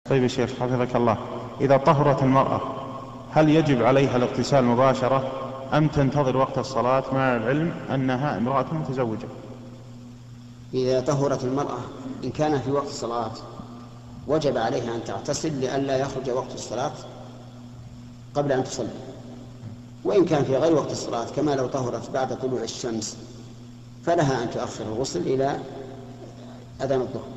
طيب يا شيخ حفظك الله، إذا طهرت المرأة هل يجب عليها الاغتسال مباشرة أم تنتظر وقت الصلاة مع العلم أنها امرأة متزوجة؟ إذا طهرت المرأة إن كان في وقت الصلاة وجب عليها أن تغتسل لئلا يخرج وقت الصلاة قبل أن تصلي، وإن كان في غير وقت الصلاة كما لو طهرت بعد طلوع الشمس فلها أن تؤخر الغسل إلى أذان الظهر.